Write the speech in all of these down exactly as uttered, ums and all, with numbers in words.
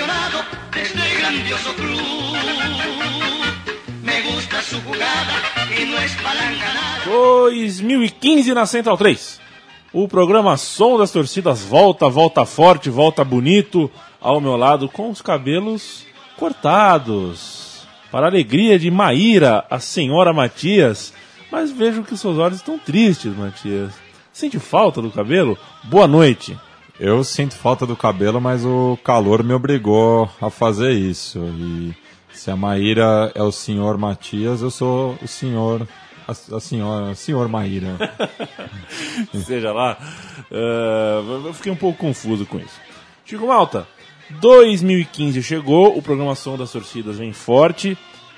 aficionado de este grandioso club. Me gusta su jugada y no es palanca nada. dois mil e quinze na Central três. O programa Som das Torcidas volta, volta forte, volta bonito. Ao meu lado com os cabelos cortados. Para a alegria de Maíra, a senhora Matias. Mas vejo que seus olhos estão tristes, Matias. Sente falta do cabelo? Boa noite. Eu sinto falta do cabelo, mas o calor me obrigou a fazer isso. E se a Maíra é o senhor Matias, eu sou o senhor... A, a senhora, a senhor Maíra. Seja lá. Uh, eu fiquei um pouco confuso com isso. Chico Malta, dois mil e quinze chegou, o programa Som das Torcidas vem forte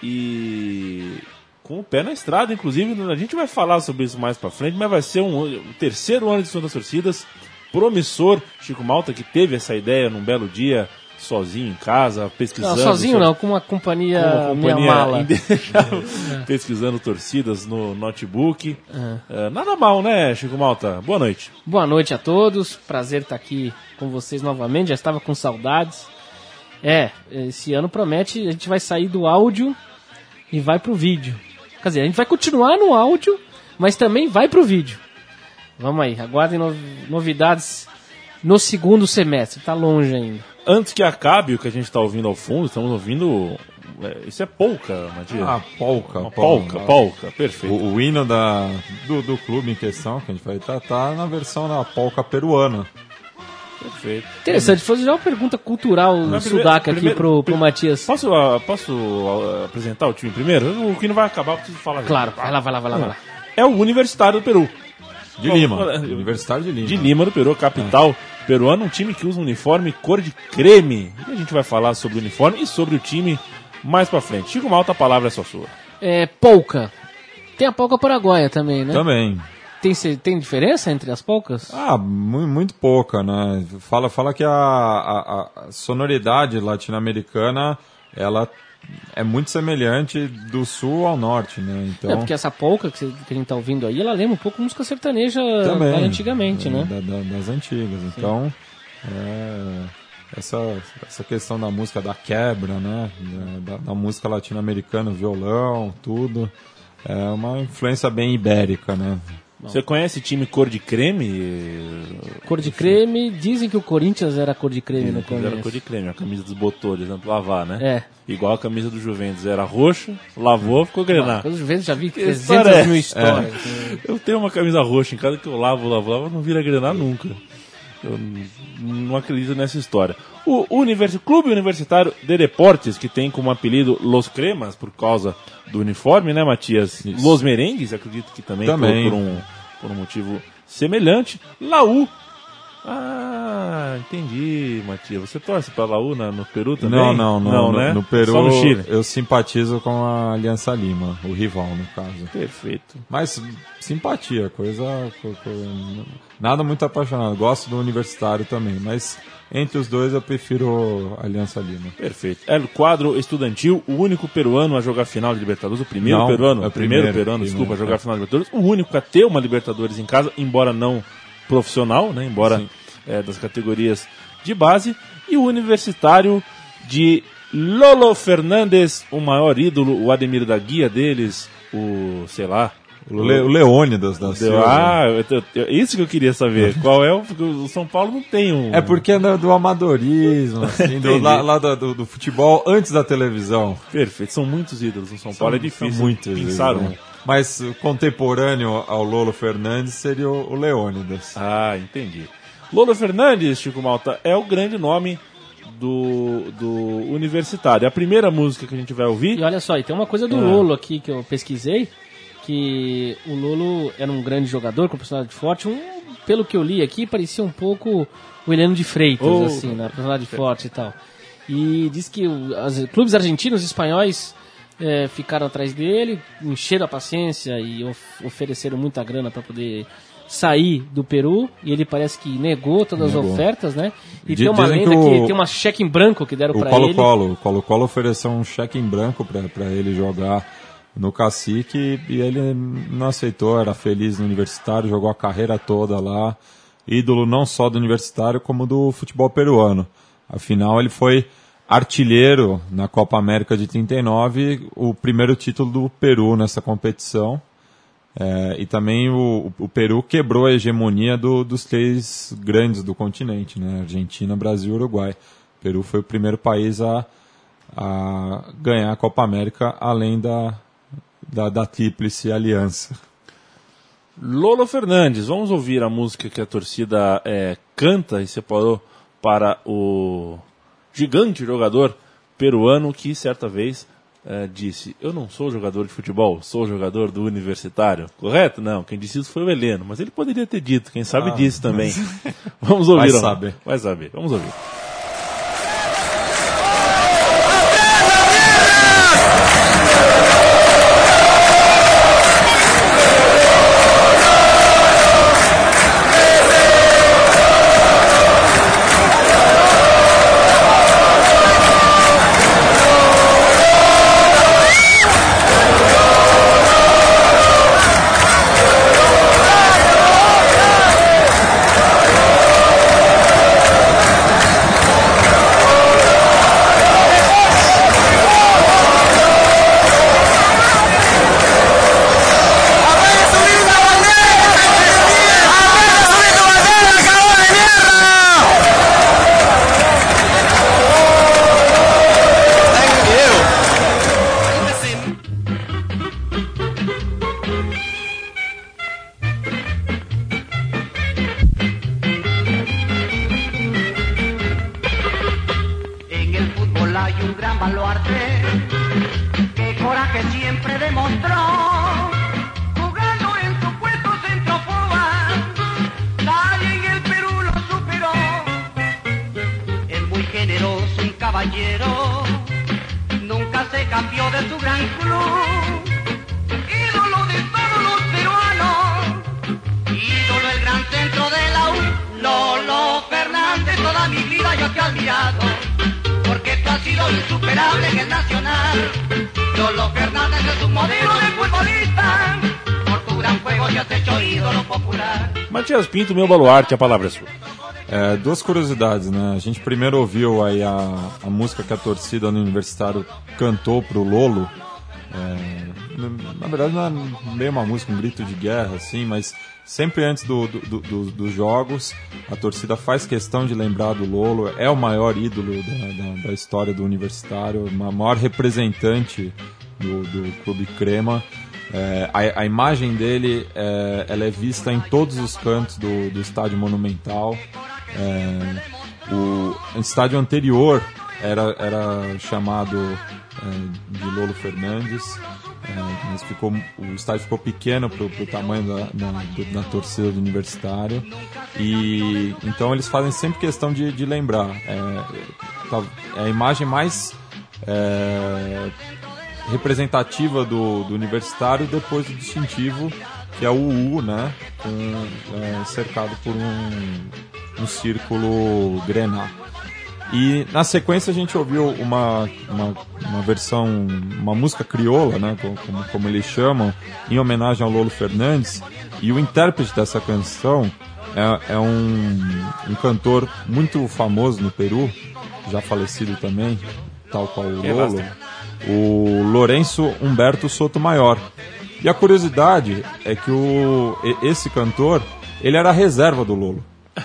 e com o pé na estrada, inclusive. A gente vai falar sobre isso mais pra frente, mas vai ser um, um terceiro ano de Som das Torcidas, promissor. Chico Malta, que teve essa ideia num belo dia, sozinho em casa, pesquisando... Não, sozinho sobre... não, com uma companhia, com uma companhia minha mala. Pesquisando torcidas no notebook. Uhum. Uh, nada mal, né, Chico Malta? Boa noite. Boa noite a todos, prazer estar aqui com vocês novamente, já estava com saudades. É, esse ano promete, a gente vai sair do áudio e vai pro vídeo. Quer dizer, a gente vai continuar no áudio, mas também vai pro vídeo. Vamos aí, aguardem novidades no segundo semestre, tá longe ainda. Antes que acabe o que a gente está ouvindo ao fundo, estamos ouvindo... É, isso é polca, Matias? Ah, polca. Uma polca, polca, polca, perfeito. O, o hino da, do, do clube em questão, que a gente vai tratar, na versão da polca peruana. Perfeito. Interessante, fazer já uma pergunta cultural sudaca aqui primeiro, pro, pro Matias. Posso, uh, posso uh, apresentar o time primeiro? O que não vai acabar, eu preciso falar. Claro, vai lá, vai lá, vai lá, vai lá. É o Universitário do Peru. De Lima. Universitário de Lima. De Lima, do Peru, capital é. peruana, um time que usa um uniforme cor de creme. E a gente vai falar sobre o uniforme e sobre o time mais pra frente. Chico Malta, a palavra é só sua. É, polca. Tem a polca paraguaia também, né? Também. Tem, tem diferença entre as polcas? Ah, muito, muito pouca, né? Fala, fala que a, a, a sonoridade latino-americana, ela é muito semelhante do sul ao norte, né? Então... É, porque essa polca que, que a gente tá ouvindo aí, ela lembra um pouco música sertaneja também, da antigamente, é, né? Da, da, das antigas. Sim. Então, é, essa, essa questão da música da quebra, né? Da, da música latino-americana, violão, tudo, é uma influência bem ibérica, né? Você conhece time cor de creme? Cor de creme, dizem que o Corinthians era cor de creme no começo. Era cor de creme, a camisa dos botores, né, pra lavar, né? É. Igual a camisa do Juventus, era roxa, lavou, ficou grená. O Juventus já vi trezentas mil histórias. É. Eu tenho uma camisa roxa em casa que eu lavo, lavo, lavo, não vira grená nunca. Eu não acredito nessa história. O Universi- Clube Universitário de Deportes, que tem como apelido Los Cremas, por causa do uniforme, né, Matias? Isso. Los Merengues, acredito que também, também. Por, por, um, por um motivo semelhante. Laú. Ah, entendi, Matias. Você torce para Laú na, no Peru também? Não, não, não. não no, né? no Peru Só no Chile. Eu simpatizo com a Aliança Lima, o rival, no caso. Perfeito. Mas simpatia, coisa... Nada muito apaixonado. Gosto do Universitário também, mas entre os dois eu prefiro a Aliança Lima. Perfeito. É o quadro estudantil, o único peruano a jogar final de Libertadores. O primeiro não, peruano, é o primeiro, primeiro peruano, primeiro, desculpa, a jogar é. final de Libertadores. O único a ter uma Libertadores em casa, embora não profissional, né? Embora é, das categorias de base. E o Universitário de Lolo Fernandes, o maior ídolo, o Ademir da Guia deles, o, sei lá... O, Le, o Leônidas da Silva. Ah, eu, eu, isso que eu queria saber. Qual é o... Porque o São Paulo não tem um... É porque é do, do amadorismo, assim, do, lá, lá do, do futebol antes da televisão. Perfeito. São muitos ídolos no São Paulo, são, é difícil muitos pensar um. Mas contemporâneo ao Lolo Fernandes seria o, o Leônidas. Ah, entendi. Lolo Fernandes, Chico Malta, é o grande nome do, do Universitário. A primeira música que a gente vai ouvir... E olha só, e tem uma coisa do ah. Lolo aqui que eu pesquisei, que o Lolo era um grande jogador, com personalidade forte. Um, pelo que eu li aqui, parecia um pouco o Heleno de Freitas, oh, assim, na personalidade é. forte e tal. E diz que os clubes argentinos e espanhóis é, ficaram atrás dele, encheram a paciência e of, ofereceram muita grana para poder sair do Peru, e ele parece que negou todas negou. as ofertas, né? E tem uma lenda que, o, que tem uma cheque em branco que deram para ele. Colo-Colo, o Colo-Colo ofereceu um cheque em branco para ele jogar no Cacique, e ele não aceitou, era feliz no Universitário, jogou a carreira toda lá, ídolo não só do Universitário, como do futebol peruano. Afinal, ele foi artilheiro na Copa América de trinta e nove, o primeiro título do Peru nessa competição. É, e também o, o Peru quebrou a hegemonia do, dos três grandes do continente, né? Argentina, Brasil e Uruguai. O Peru foi o primeiro país a, a ganhar a Copa América, além da, da, da tríplice aliança. Lolo Fernandes, vamos ouvir a música que a torcida é, canta e separou para o gigante jogador peruano que certa vez é, disse: eu não sou jogador de futebol, sou jogador do Universitário. Correto? Não, quem disse isso foi o Heleno, mas ele poderia ter dito, quem sabe ah, disse também. Mas... Vamos ouvir. Vai saber. Vai saber, vamos ouvir. Matias Pinto, meu baluarte, a palavra é sua. É, duas curiosidades, né? A gente primeiro ouviu aí a, a música que a torcida no Universitário cantou pro Lolo. É, na verdade não é meio uma música, um grito de guerra, assim, mas sempre antes do, do, do, dos jogos a torcida faz questão de lembrar do Lolo. É o maior ídolo da, da, da história do Universitário, o maior representante do, do Clube Crema. É, a, a imagem dele é, ela é vista em todos os cantos do, do estádio Monumental. É, o, o estádio anterior era, era chamado é, de Lolo Fernandes, é, mas ficou, o estádio ficou pequeno para o tamanho da, da, da torcida do Universitário, e então eles fazem sempre questão de, de lembrar. É, é a imagem mais é, representativa do, do Universitário, depois do distintivo, que é o U, né, com, é, cercado por um, um círculo grená. E na sequência a gente ouviu uma, uma, uma versão, uma música crioula, né, como, como eles chamam, em homenagem ao Lolo Fernandes, e o intérprete dessa canção é, é um, um cantor muito famoso no Peru, já falecido também, tal qual o Lolo, o Lourenço Humberto Sotomayor. E a curiosidade é que o, esse cantor, ele era a reserva do Lolo.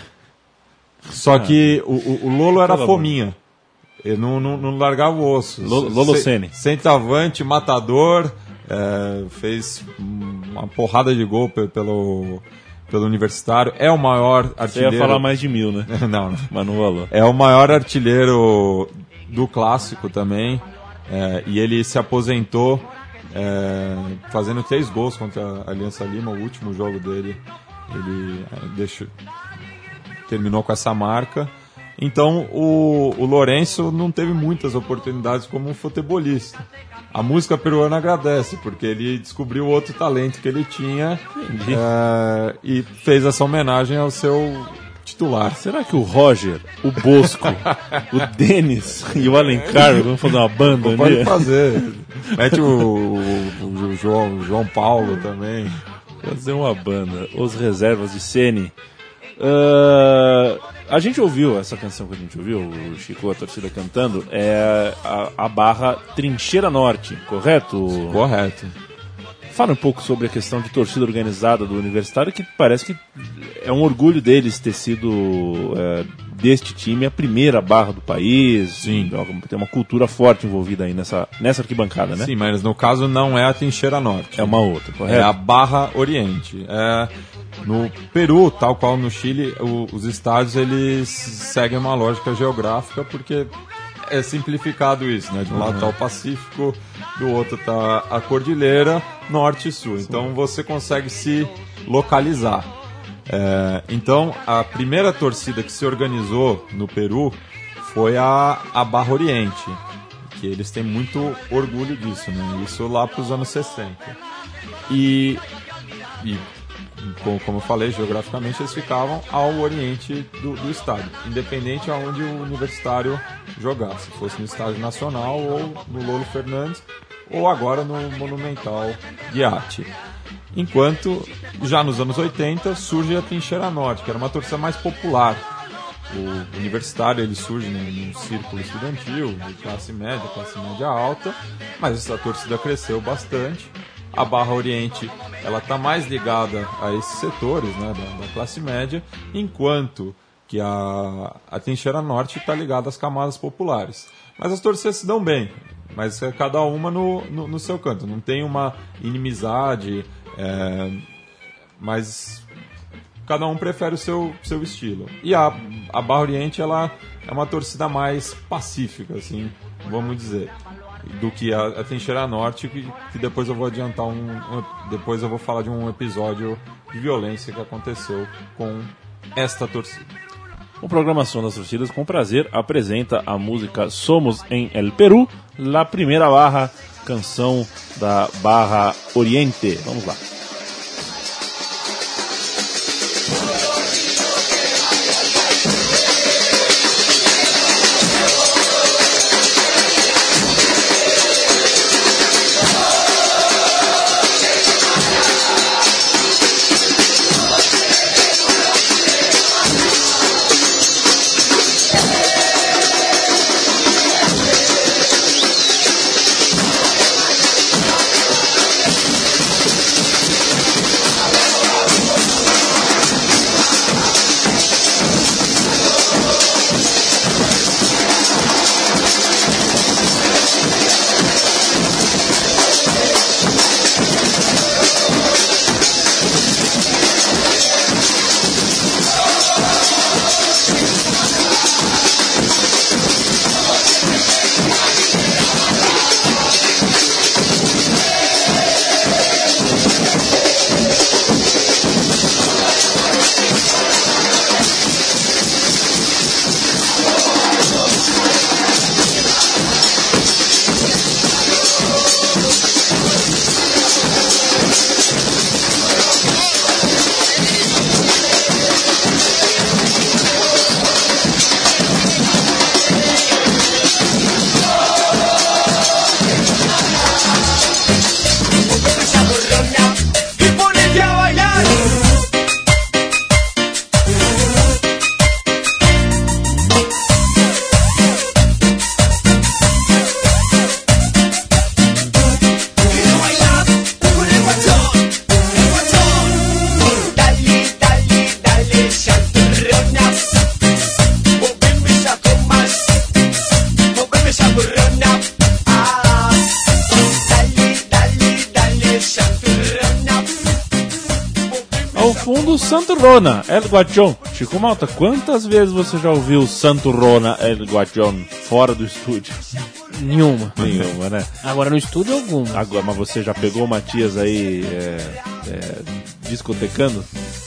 Só que o, o, o Lolo era fominha. Ele não, não, não largava o osso. Lolo Ceni. Centroavante, matador, é, fez uma porrada de gol pelo, pelo Universitário. É o maior artilheiro... Você ia falar mais de mil, né? Não, não. Mas não valor. É o maior artilheiro do Clássico também. É, e ele se aposentou é, fazendo três gols contra a Aliança Lima. O último jogo dele, ele é, deixou... terminou com essa marca. Então o, o Lourenço não teve muitas oportunidades como um futebolista. A música peruana agradece, porque ele descobriu outro talento que ele tinha é, e fez essa homenagem ao seu titular. Será que o Roger, o Bosco, o Denis e o Alencar vão fazer uma banda? Pode ali? Fazer. Mete o, o, o, João, o João Paulo também. Fazer uma banda. Os reservas de Ceni. Uh, a gente ouviu essa canção que a gente ouviu, o Chico, a torcida cantando, é a, a barra Trincheira Norte, correto? Correto. Fala um pouco sobre a questão de torcida organizada do Universitário, que parece que é um orgulho deles ter sido, é, deste time, a primeira barra do país. Sim. Tem uma cultura forte envolvida aí nessa, nessa arquibancada, né? Sim, mas no caso não é a Trincheira Norte. É uma outra, correto? É a Barra Oriente. É, no Peru, tal qual no Chile, o, os estádios eles seguem uma lógica geográfica, porque é simplificado isso, né? De um lado está o Pacífico, do outro está a Cordilheira, Norte e Sul. Então você consegue se localizar. É, então a primeira torcida que se organizou no Peru foi a, a Barra Oriente, que eles têm muito orgulho disso, né? Isso lá para os anos sessenta. E, e como, como eu falei, geograficamente eles ficavam ao oriente do, do estádio, independente aonde o Universitário jogasse, fosse no Estádio Nacional ou no Lolo Fernandes ou agora no Monumental Guiatti. Enquanto já nos anos oitenta surge a Trincheira Norte, que era uma torcida mais popular. O Universitário ele surge num, num círculo estudantil de classe média, classe média alta, mas essa torcida cresceu bastante. A Barra Oriente ela está mais ligada a esses setores, né, da, da classe média, enquanto que a, a Trincheira Norte está ligada às camadas populares. Mas as torcidas se dão bem, mas é cada uma no, no, no seu canto, não tem uma inimizade, é, mas cada um prefere o seu, seu estilo. E a, a Barra Oriente ela é uma torcida mais pacífica, assim, vamos dizer, do que a, a Trincheira Norte, que, que depois eu vou adiantar um, um. Depois eu vou falar de um episódio de violência que aconteceu com esta torcida. O programa Som das Torcidas, com prazer, apresenta a música Somos em El Perú, La Primeira Barra, canção da Barra Oriente. Vamos lá. Santo Rona, El Guachón. Chico Malta, quantas vezes você já ouviu Santo Rona, El Guachón fora do estúdio? Nenhuma. Nenhuma, né? Agora no estúdio alguma. Agora, mas você já pegou o Matias aí é, é, discotecando?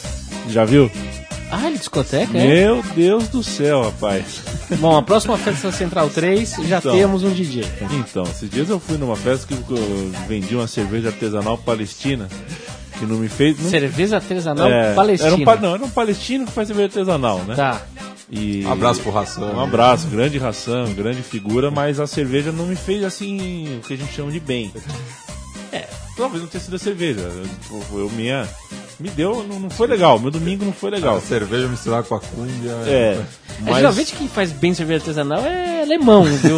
Já viu? Ah, ele discoteca, é? Meu Deus do céu, rapaz. Bom, a próxima festa Central três já então, temos um D J. Então, esses dias eu fui numa festa que eu vendi uma cerveja artesanal palestina. Que não me fez. Não... Cerveja artesanal é, palestina. Era um, pa... não, era um palestino que faz cerveja artesanal, né? Tá. E... Um abraço pro Ração. Um abraço, grande Ração, grande figura, mas a cerveja não me fez assim, o que a gente chama de bem. É, talvez não tenha sido a cerveja. Eu, eu minha, me deu, não, não foi legal. Meu domingo não foi legal. A cerveja misturada com a cúmbia. É. Mas... Geralmente quem faz bem cerveja artesanal é alemão, viu?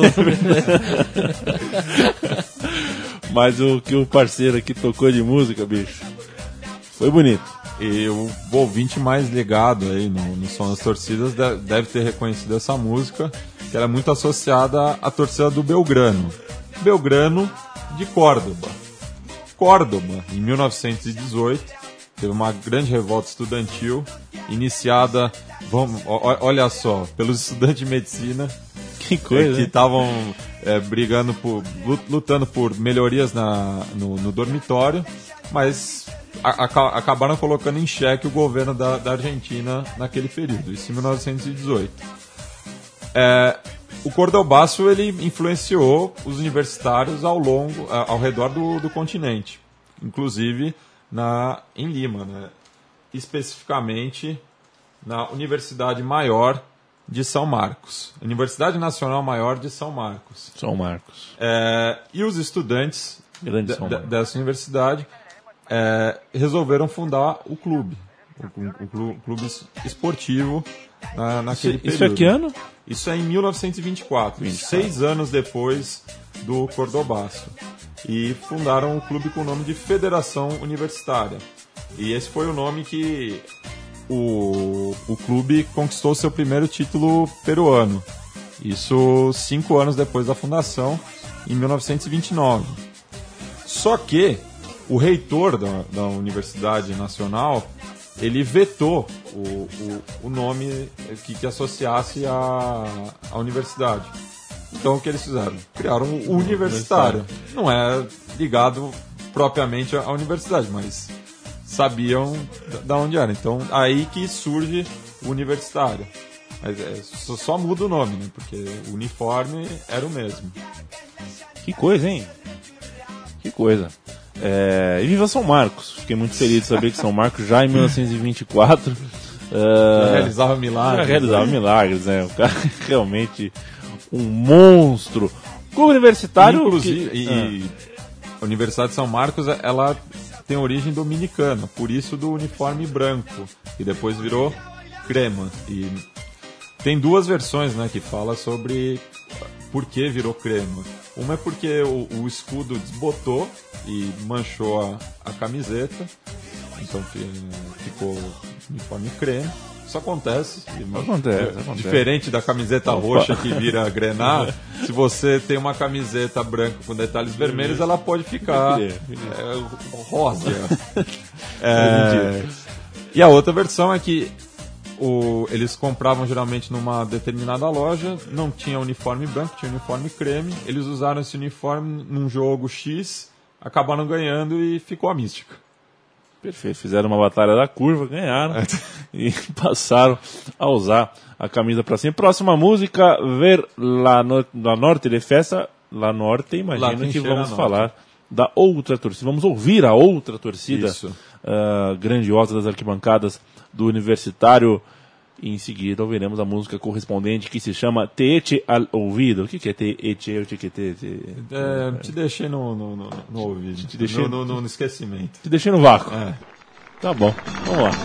Mas o que o parceiro aqui tocou de música, bicho, foi bonito. E o ouvinte mais ligado aí no, no Som das Torcidas deve ter reconhecido essa música, que era muito associada à torcida do Belgrano. Belgrano de Córdoba. Córdoba, em mil novecentos e dezoito, teve uma grande revolta estudantil, iniciada, vamos, olha só, pelos estudantes de medicina, que coisa, é, que estavam é, brigando por, lutando por melhorias na, no, no dormitório, mas a, a, acabaram colocando em xeque o governo da, da Argentina naquele período, isso em mil novecentos e dezoito. É, o Cordobaço ele influenciou os universitários ao longo, ao redor do, do continente, inclusive na, em Lima, né? Especificamente na Universidade Maior de São Marcos, Universidade Nacional Maior de São Marcos. São Marcos. É, e os estudantes de, de, dessa universidade é, resolveram fundar o clube, o, o, o clube esportivo na, naquele isso, período. Isso é que ano? Isso é em mil novecentos e vinte e quatro, vinte e quatro. Seis anos depois do Cordobaço. E fundaram o clube com o nome de Federação Universitária. E esse foi o nome que o, o clube conquistou seu primeiro título peruano. Isso cinco anos depois da fundação, em mil novecentos e vinte e nove. Só que o reitor da, da Universidade Nacional, ele vetou o, o, o nome que, que associasse à, à universidade. Então o que eles fizeram? Criaram o universitário. Não é ligado propriamente à universidade, mas sabiam da onde era. Então aí que surge o universitário. Mas é, só, só muda o nome, né? Porque o uniforme era o mesmo. Que coisa, hein? Que coisa. É, e viva São Marcos. Fiquei muito feliz de saber que São Marcos já em mil novecentos e vinte e quatro uh, já realizava milagres. Já realizava né? milagres, né? O cara realmente um monstro. Clube universitário. Inclusive, que... e, e a Universidade de São Marcos, ela tem origem dominicana, por isso do uniforme branco, que depois virou crema. E tem duas versões, né, que fala sobre por que virou crema. Uma é porque o, o escudo desbotou e manchou a, a camiseta, então ficou uniforme creme. Isso acontece. Acontece, acontece. Diferente da camiseta Opa. roxa que vira grená, se você tem uma camiseta branca com detalhes vermelhos, ela pode ficar é, rosa. É, e a outra versão é que o, eles compravam geralmente numa determinada loja, não tinha uniforme branco, tinha uniforme creme. Eles usaram esse uniforme num jogo X, acabaram ganhando e ficou a mística. Perfeito, fizeram uma batalha da curva, ganharam e passaram a usar a camisa para cima. Próxima música, Ver La, no, la Norte de Festa, La Norte, imagino que vamos falar da outra torcida, vamos ouvir a outra torcida uh, grandiosa das arquibancadas do Universitário. E em seguida ouviremos a música correspondente que se chama Te Eche al Ouvido. O que, que é Te Eche? O que, que é Te Eche? É, te deixei no, no, no, no ouvido, te deixei no, no, no esquecimento. Te deixei no vácuo. É. Tá bom, vamos lá.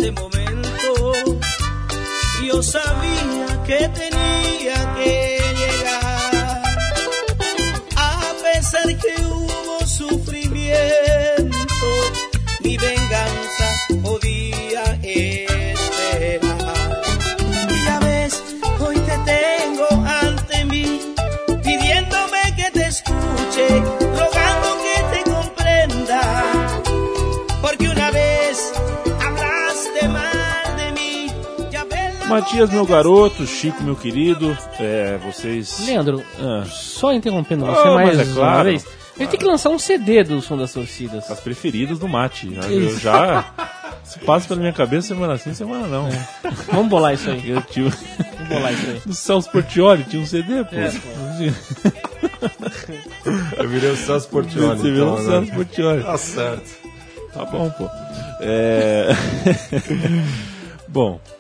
ese momento yo sabía que tenía que llegar, a pesar que hubo sufrimiento, mi venganza podía esperar. Y ya ves, hoy te tengo ante mí, pidiéndome que te escuche, rogando que te comprenda, porque una vez hablaste mal de mí. Ya ves la Matias, meu garoto, Chico, meu querido, é, vocês... Leandro, Ah. só interrompendo Oh, você mais mas é uma claro. vez. A gente tem que lançar um C D do Som das Torcidas. As preferidas do Mate. Eu já... Se passa pela minha cabeça semana sim, semana não. Vamos bolar isso aí. Eu tinha... Vamos bolar isso aí. Do Celso Portiolli tinha um C D, pô. É, pô. Eu virei o Celso Portiolli. Você viu então, o agora. Celso Portiolli. Tá certo. Tá bom, pô. É... Bom...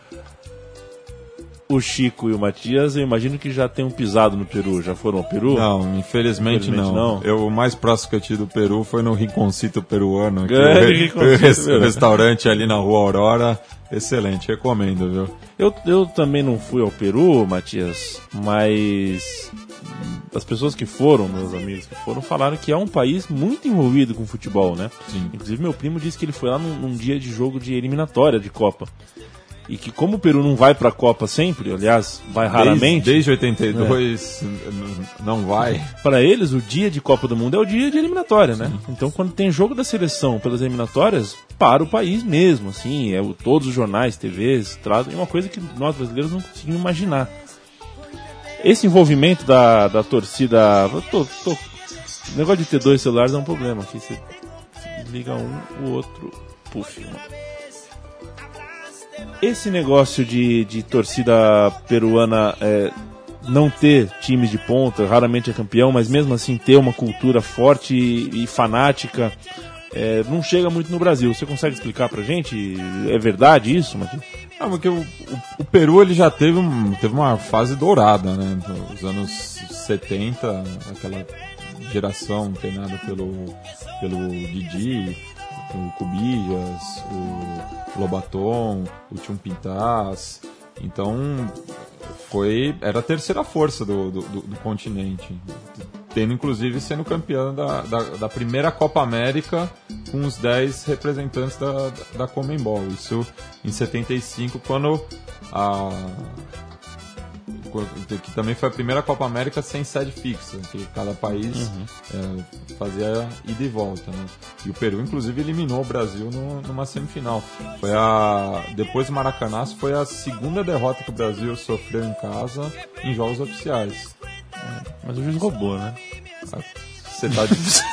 O Chico e o Matias, eu imagino que já tenham pisado no Peru. Já foram ao Peru? Não, infelizmente, Infelizmente não. não. Eu, o mais próximo que eu tive do Peru foi no Rinconcito Peruano. Que Grande é o re- Rinconcito res- Peruano. restaurante ali na Rua Aurora. Excelente, recomendo, viu? Eu, eu também não fui ao Peru, Matias, mas as pessoas que foram, meus amigos que foram, falaram que é um país muito envolvido com futebol, né? Sim. Inclusive meu primo disse que ele foi lá num, num dia de jogo de eliminatória de Copa. E que como o Peru não vai pra Copa sempre, aliás, vai raramente, Desde, desde oitenta e dois n- não vai. para eles o dia de Copa do Mundo é o dia de eliminatória, né? Então quando tem jogo da seleção pelas eliminatórias, para o país mesmo, assim, é o, todos os jornais, T Vs, trazem uma coisa que nós brasileiros não conseguimos imaginar. Esse envolvimento da, da torcida, eu tô, tô, o negócio de ter dois celulares é um problema, aqui você desliga um, o outro, puf, mano. Esse negócio de, de torcida peruana é, não ter times de ponta, raramente é campeão, mas mesmo assim ter uma cultura forte e, e fanática, é, não chega muito no Brasil. Você consegue explicar pra gente? É verdade isso, Matheus? Ah, porque o, o, o Peru ele já teve, um, teve uma fase dourada, né? Nos anos setenta, aquela geração treinada pelo, pelo Didi, o Cubijas, o Lobaton, o Chum Pintas. Então foi, era a terceira força do, do, do, do continente, tendo inclusive sendo campeão da, da, da primeira Copa América com os dez representantes da, da Conmebol. Isso em setenta e cinco, quando a que também foi a primeira Copa América sem sede fixa, que cada país uhum. é, fazia ida e volta, né? E o Peru, inclusive, eliminou o Brasil no, numa semifinal. Foi a, depois do Maracanaço, foi a segunda derrota que o Brasil sofreu em casa em jogos oficiais. É, mas o juiz roubou, né? Você tá difícil.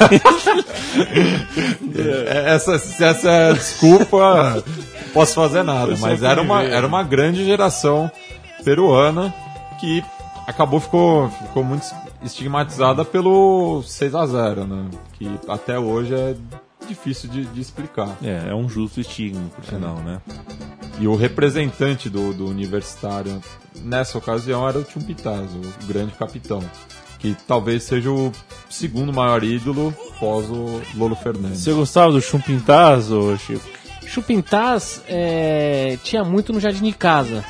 essa, essa é a desculpa, não posso fazer nada, mas era uma, era uma grande geração peruana que acabou, ficou, ficou muito estigmatizada pelo seis a zero, né? Que até hoje é difícil de, de explicar. É, é um justo estigma, por sinal, é. né? E o representante do, do Universitário nessa ocasião era o Chum Pintas, o grande capitão, que talvez seja o segundo maior ídolo pós o Lolo Fernandes. Você gostava do Chum Pintas, ô Chico? Chum Pintas é, tinha muito no jardim de casa.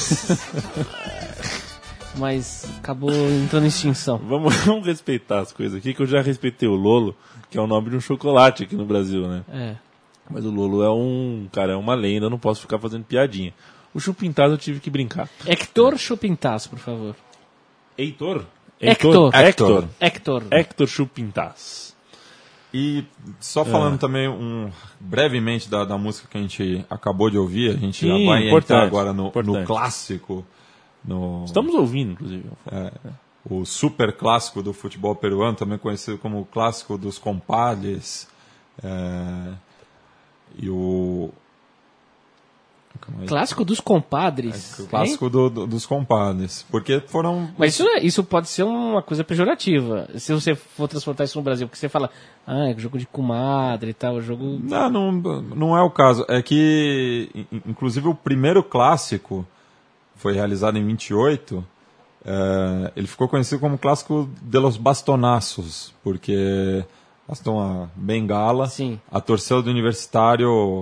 Mas acabou entrando em extinção. Vamos, vamos respeitar as coisas aqui, que eu já respeitei o Lolo, que é o nome de um chocolate aqui no Brasil, né? É. Mas o Lolo é um, cara, é uma lenda, eu não posso ficar fazendo piadinha. O Chum Pintas eu tive que brincar. Hector Chum Pintas, por favor. Heitor? Hector. Hector. Hector. Hector Chum Pintas. E só falando é. também um, brevemente da, da música que a gente acabou de ouvir, a gente Sim, já vai importante, entrar agora no, importante. no clássico. No, Estamos ouvindo, inclusive. É, o super clássico do futebol peruano, também conhecido como o clássico dos compadres. É, e o... Clássico dos compadres. É, o clássico do, do, dos compadres. Porque foram... Mas isso, isso pode ser uma coisa pejorativa. Se você for transportar isso no Brasil, porque você fala, ah, é jogo de comadre e tal, jogo... Não, não, não é o caso. É que, inclusive, o primeiro clássico foi realizado em vinte e oito, é, ele ficou conhecido como clássico de los bastonazos, porque bastou uma bengala, Sim. a torcida do Universitário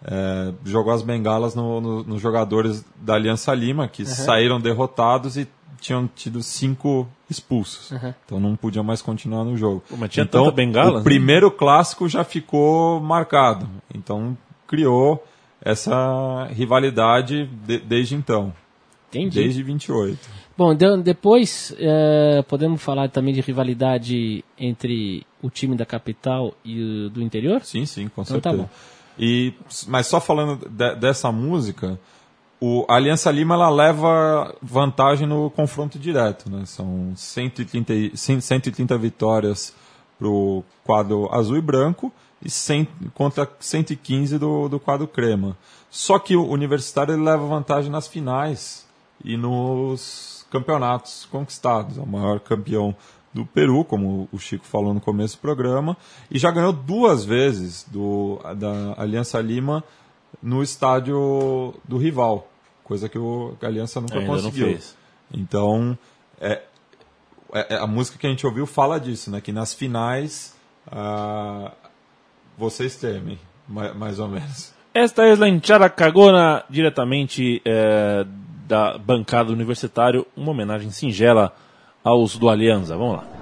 é, jogou as bengalas nos no, no jogadores da Aliança Lima, que uhum. saíram derrotados e tinham tido cinco expulsos. Uhum. Então não podiam mais continuar no jogo. Pô, mas tinha então, tanta bengala, o né? primeiro clássico já ficou marcado. Então criou essa rivalidade de, desde então. Entendi. Desde vinte e oito. Bom, então, depois é, podemos falar também de rivalidade entre o time da capital e o do interior? Sim, sim, com então, certeza. Tá bom. E, mas só falando de, dessa música, o, a Aliança Lima ela leva vantagem no confronto direto. Né? São cento e trinta, cento e trinta vitórias para o quadro azul e branco e cem, contra cento e quinze do, do quadro crema. Só que o Universitário ele leva vantagem nas finais e nos campeonatos conquistados. É o maior campeão do Peru, como o Chico falou no começo do programa, e já ganhou duas vezes do, da Aliança Lima no estádio do rival, coisa que o, a Aliança nunca Ainda conseguiu. Não fez. Então, é, é, a música que a gente ouviu fala disso, né? Que nas finais ah, vocês temem, mais, mais ou menos. Esta é a hinchada cagona, diretamente é, da bancada do Universitário, uma homenagem singela aos do Alianza. Vamos lá.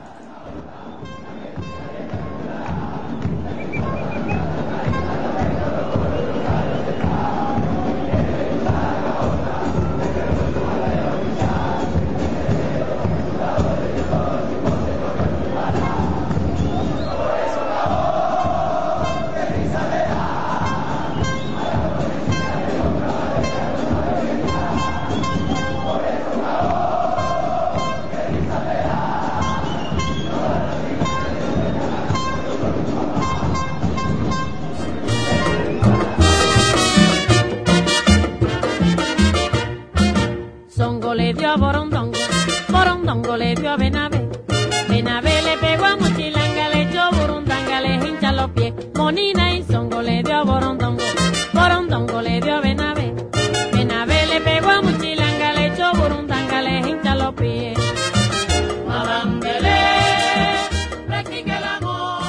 Songo le dio a Borondongo, Borondongo le dio a Benavé, Benavé le pegó a Mochilanga, le echó Burundanga, le hincha los pies, Monina y Songo le dio a Borondongo, Borondongo le dio a Benavé, Benavé le pegó a Mochilanga, le echó Burundanga, le hincha los pies. Madame Belé, practica el amor.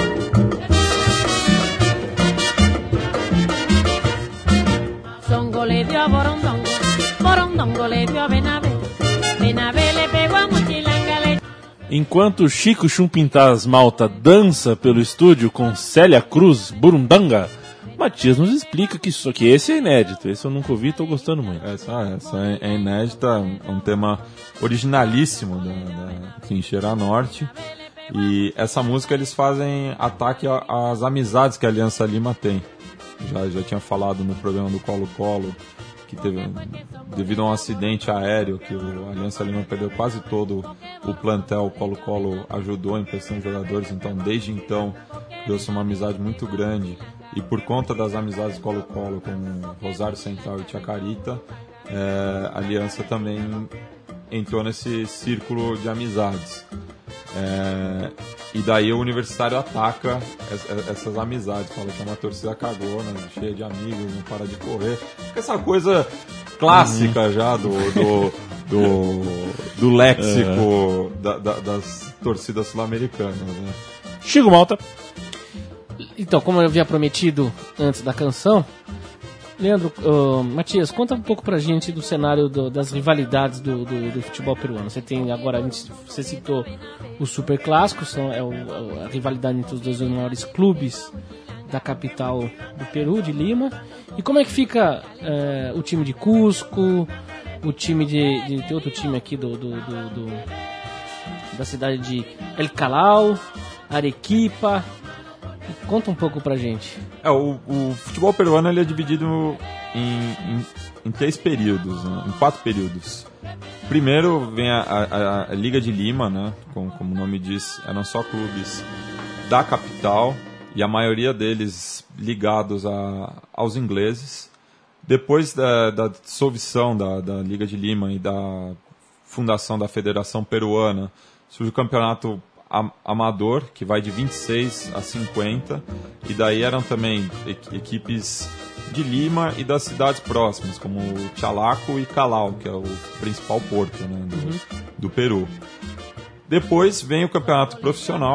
Songo le dio a Borondongo, Borondongo le dio a Benavé, Benavé le pegó a Mochilanga, le... Enquanto Chico Chumpintas Malta dança pelo estúdio com Célia Cruz, Burundanga, Matias nos explica que, isso, que esse é inédito. Esse eu nunca ouvi e estou gostando muito. Essa, essa é inédita, é um tema originalíssimo da, da Trincheira Norte. E essa música eles fazem ataque às amizades que a Aliança Lima tem. Já, já tinha falado no programa do Colo-Colo que teve, devido a um acidente aéreo, que o Aliança Lima perdeu quase todo o plantel, o Colo-Colo ajudou a emprestar jogadores, então desde então criou-se uma amizade muito grande, e por conta das amizades do Colo-Colo com Rosário Central e Chacarita, é, a Aliança também entrou nesse círculo de amizades. É, e daí o Universitário ataca es, essas amizades, fala que é uma torcida cagona, cheia de amigos, não para de correr. Essa coisa clássica uhum. já do, do, do, do léxico uhum. da, da, das torcidas sul-americanas. Né? Chico Malta. Então, como eu havia prometido antes da canção, Leandro, uh, Matias, conta um pouco pra gente do cenário do, das rivalidades do, do, do futebol peruano. Você tem agora, você citou o Super Clássico, são, é o, a rivalidade entre os dois maiores clubes da capital do Peru, de Lima. E como é que fica uh, o time de Cusco, o time de, de... Tem outro time aqui do, do, do, do da cidade de El Callao, Arequipa. Conta um pouco pra gente. É, o, o futebol peruano ele é dividido em, em, em três períodos, né? Em quatro períodos. Primeiro vem a, a, a Liga de Lima, né? Como, como o nome diz, eram só clubes da capital e a maioria deles ligados a, aos ingleses. Depois da, da dissolução da, da Liga de Lima e da fundação da Federação Peruana, surge o campeonato amador, que vai de vinte e seis a cinquenta, e daí eram também equipes de Lima e das cidades próximas, como Chalaco e Callao, que é o principal porto, né, do, uhum. do Peru. Depois vem o campeonato profissional,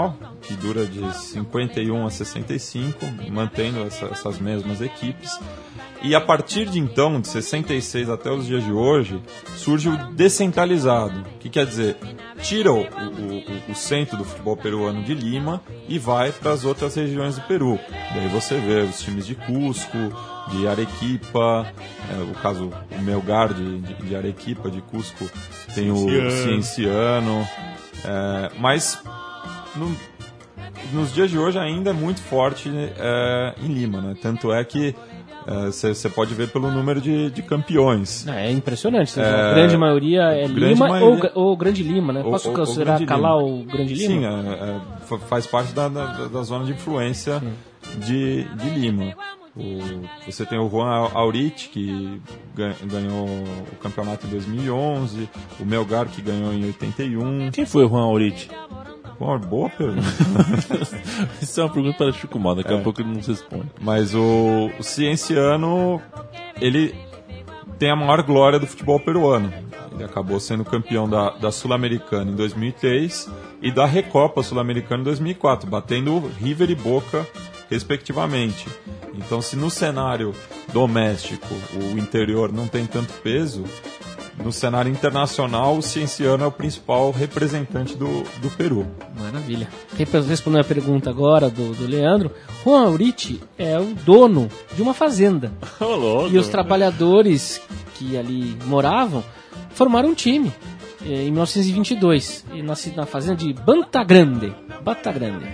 que dura de cinquenta e um a sessenta e cinco, mantendo essa, essas mesmas equipes. E a partir de então, de sessenta e seis até os dias de hoje, surge o descentralizado, que quer dizer, tira o, o, o centro do futebol peruano de Lima e vai para as outras regiões do Peru. Daí você vê os times de Cusco, de Arequipa, é, o caso, o Melgar de, de, de Arequipa, de Cusco, tem o Cienciano, é, mas no, nos dias de hoje ainda é muito forte é, em Lima, né? Tanto é que você é, pode ver pelo número de, de campeões. É impressionante. É, a grande maioria é grande Lima maioria, ou, ou Grande Lima, né? Posso ou, considerar ou Calar o Grande Lima? Sim, é, é, faz parte da, da, da zona de influência de, de Lima. O, você tem o Juan Aurich, que ganhou o campeonato em dois mil e onze, o Melgar, que ganhou em oitenta e um. Quem foi o Juan Aurich? Uma boa pergunta. Isso é uma pergunta para Chico Mal, daqui é. a pouco ele não se responde. Mas o, o Cienciano, ele tem a maior glória do futebol peruano. Ele acabou sendo campeão da, da Sul-Americana em dois mil e três e da Recopa Sul-Americana em dois mil e quatro, batendo River e Boca, respectivamente. Então, se no cenário doméstico o interior não tem tanto peso, no cenário internacional, o Cienciano é o principal representante do, do Peru. Maravilha. Respondendo a pergunta agora do, do Leandro, Juan Aurich é o dono de uma fazenda. Oh, louco. E os trabalhadores que ali moravam formaram um time em mil novecentos e vinte e dois, na, na fazenda de Banta Grande. Banta Grande.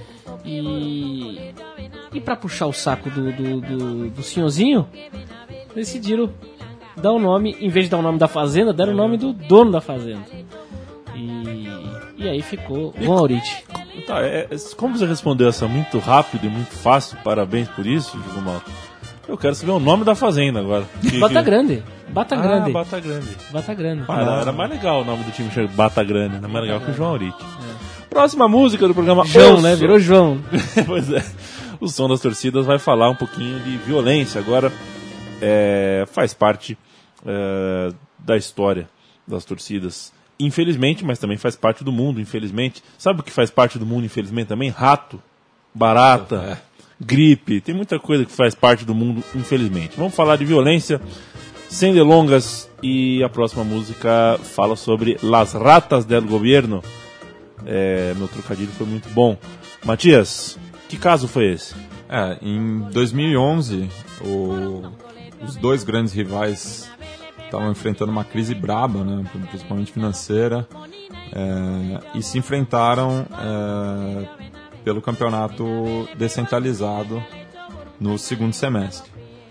E, e para puxar o saco do, do, do, do senhorzinho, decidiram dar o nome, em vez de dar o nome da fazenda, deram o nome do dono da fazenda. E, e aí ficou Juan Aurich. Tá, é, como você respondeu essa muito rápido e muito fácil, parabéns por isso, Chico Malta. Eu quero saber o nome da fazenda agora. Que, Bata que... Grande. Bata ah, Grande. Bata Grande. Bata Grande. Ah, era, era mais legal o nome do time, Bata Grande, era mais legal que o João Aurich. É. Próxima música do programa João, Osso. né? Virou João. Pois é. O Som das Torcidas vai falar um pouquinho de violência. Agora é, faz parte é, da história das torcidas. Infelizmente, mas também faz parte do mundo, infelizmente. Sabe o que faz parte do mundo, infelizmente, também? Rato, barata, é. gripe. Tem muita coisa que faz parte do mundo, infelizmente. Vamos falar de violência, sem delongas. E a próxima música fala sobre Las Ratas del Gobierno. É, meu trocadilho foi muito bom. Matias, que caso foi esse? É, em dois mil e onze, o, os dois grandes rivais estavam enfrentando uma crise braba, né, principalmente financeira, é, e se enfrentaram é, pelo campeonato descentralizado no segundo semestre.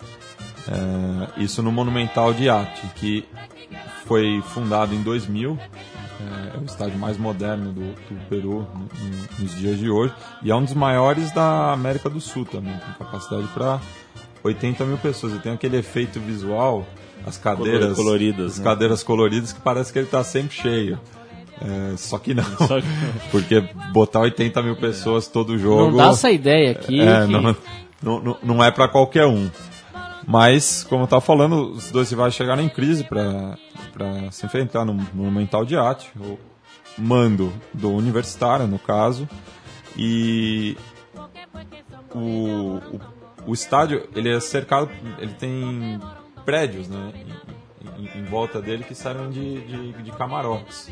É, isso no Monumental de Ate, que foi fundado em dois mil. É o estádio mais moderno do, do Peru no, no, nos dias de hoje, e é um dos maiores da América do Sul também, tem capacidade para oitenta mil pessoas, e tem aquele efeito visual, as cadeiras coloridas, as né? cadeiras coloridas, que parece que ele está sempre cheio. É, só que não, só que... porque botar oitenta mil pessoas todo jogo... Não dá essa ideia aqui. É, que... não, não, não é para qualquer um. Mas, como eu estava falando, os dois rivais chegaram em crise para se enfrentar no Monumental de Ate, o mando do Universitário, no caso, e o, o, o estádio ele é cercado, ele tem prédios, né, em, em, em volta dele que servem de, de, de camarotes.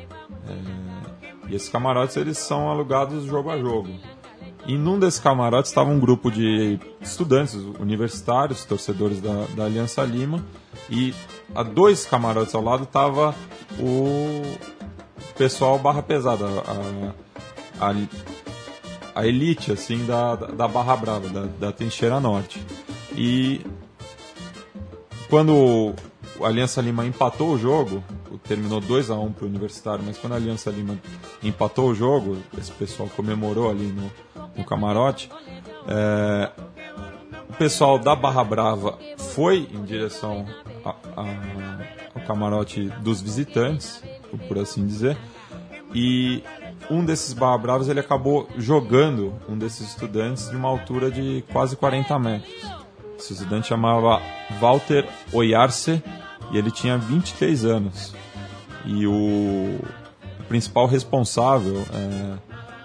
É, e esses camarotes eles são alugados jogo a jogo. E num desses camarotes estava um grupo de estudantes universitários, torcedores da, da Aliança Lima, e a dois camarotes ao lado estava o pessoal barra pesada, a, a, a elite assim, da, da Barra Brava, da, da Trincheira Norte. E quando a Aliança Lima empatou o jogo, terminou dois a um para o Universitário, mas quando a Aliança Lima empatou o jogo, esse pessoal comemorou ali no, no camarote, é, o pessoal da Barra Brava foi em direção a, a, ao camarote dos visitantes, por assim dizer, e um desses Barra Bravas ele acabou jogando um desses estudantes de uma altura de quase quarenta metros. Esse estudante chamava Walter Oyarce e ele tinha vinte e três anos. E o, o principal responsável é,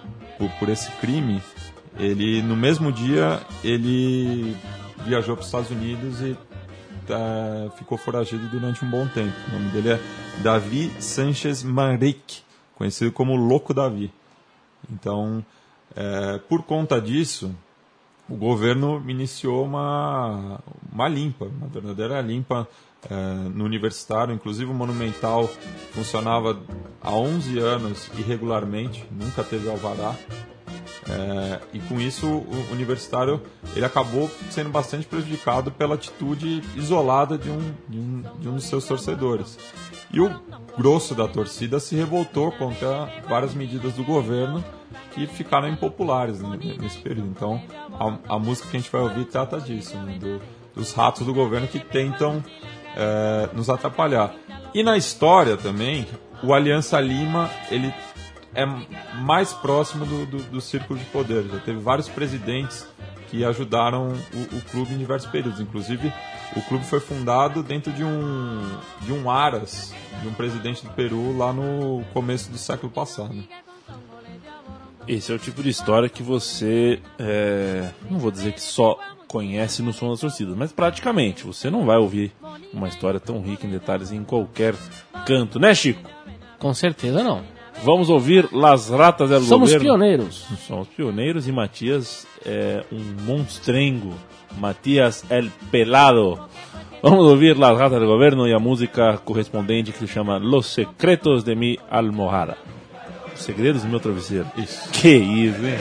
por, por esse crime, ele, no mesmo dia, ele viajou para os Estados Unidos e uh, ficou foragido durante um bom tempo. O nome dele é Davi Sanchez Manrique, conhecido como Louco Davi. Então, uh, por conta disso, o governo iniciou uma, uma limpa, uma verdadeira limpa uh, no universitário. Inclusive o Monumental funcionava há onze anos irregularmente, nunca teve alvará. É, e com isso o universitário ele acabou sendo bastante prejudicado pela atitude isolada de um, de um, de um dos seus torcedores. E o grosso da torcida se revoltou contra várias medidas do governo que ficaram impopulares nesse período. Então a, a música que a gente vai ouvir trata disso, né? Do, dos ratos do governo que tentam é, nos atrapalhar. E na história também, o Aliança Lima ele é mais próximo do, do, do círculo de poder. Já teve vários presidentes que ajudaram o, o clube em diversos períodos. Inclusive, o clube foi fundado dentro de um, de um aras de um presidente do Peru lá no começo do século passado. Esse é o tipo de história que você, é, não vou dizer que só conhece no Som das Torcidas, mas praticamente. Você não vai ouvir uma história tão rica em detalhes em qualquer canto, né, Chico? Com certeza não. Vamos ouvir Las Ratas del Somos Governo. pioneiros. Somos pioneiros e Matias é um monstrengo. Matias el Pelado. Vamos ouvir Las Ratas del Governo e a música correspondente que se chama Los Secretos de mi Almohada. Os Segredos do meu travesseiro. Isso. Que isso, hein?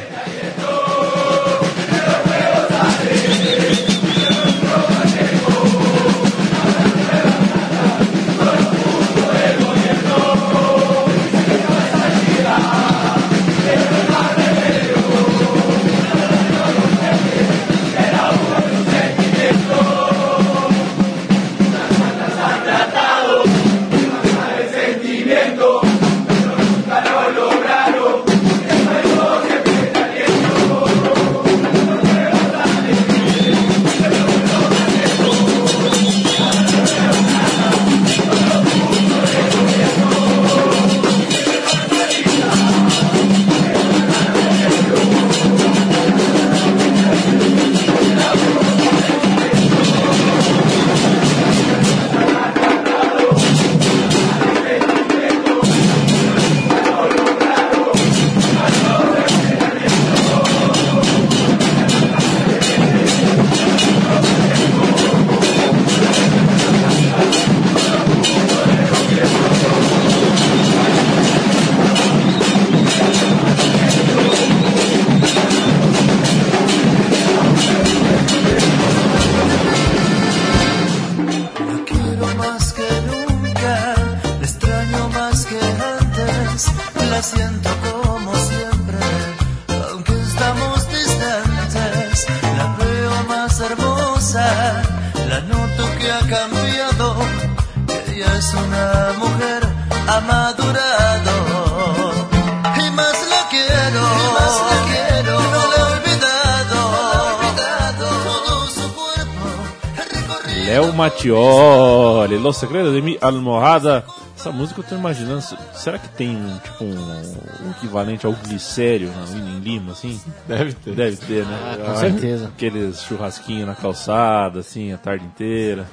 Léo Mattioli, Los Segredos de mi Almohada. Essa música eu tô imaginando, será que tem tipo um, um equivalente ao glicério em Lima, assim? Deve ter. Deve ter, né? Ah, com certeza. Aqueles churrasquinhos na calçada, assim, a tarde inteira.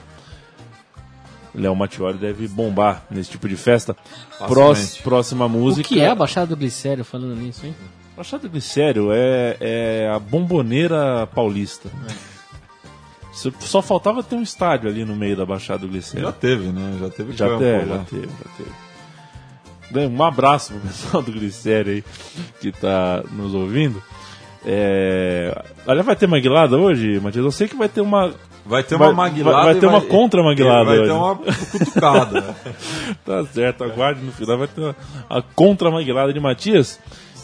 Léo Mattioli deve bombar nesse tipo de festa. Prós, próxima música. O que é a Baixada do Glicério, falando nisso, hein? A Baixada do Glicério é, é a Bomboneira Paulista. É. Só faltava ter um estádio ali no meio da Baixada do Glicério. Já teve, né? Já teve já campo, teve, né? já teve, já teve. Um abraço pro pessoal do Glicério aí que tá nos ouvindo. É... Aliás, vai ter maguilada hoje, Matias? Eu sei que vai ter uma... Vai ter uma vai, maguilada. Vai, vai ter uma vai... contra-maguilada vai hoje. Vai ter uma cutucada. Tá certo, aguarde no final. Vai ter uma, a contra-maguilada de Matias.